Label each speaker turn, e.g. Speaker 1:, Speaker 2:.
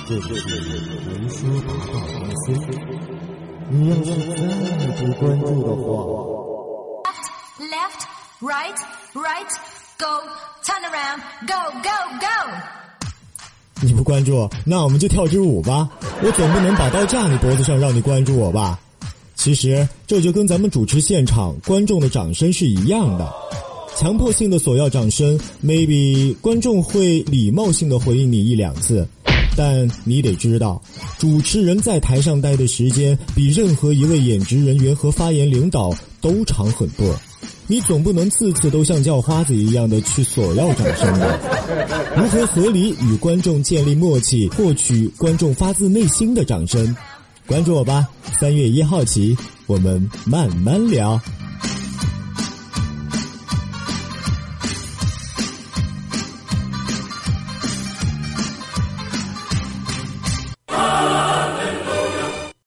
Speaker 1: 这里是文说八道公司。你要是再不关注的话
Speaker 2: Left, right, right, go, turn around, go, go, go.
Speaker 1: 你不关注，那我们就跳支舞吧。我总不能把刀架你脖子上让你关注我吧。其实这就跟咱们主持现场观众的掌声是一样的，强迫性的索要掌声 maybe 观众会礼貌性的回应你一两次，但你得知道，主持人在台上待的时间比任何一位演职人员和发言领导都长很多，你总不能次次都像叫花子一样的去索要掌声吧。如何合理与观众建立默契，获取观众发自内心的掌声？关注我吧，3月1号起，我们慢慢聊。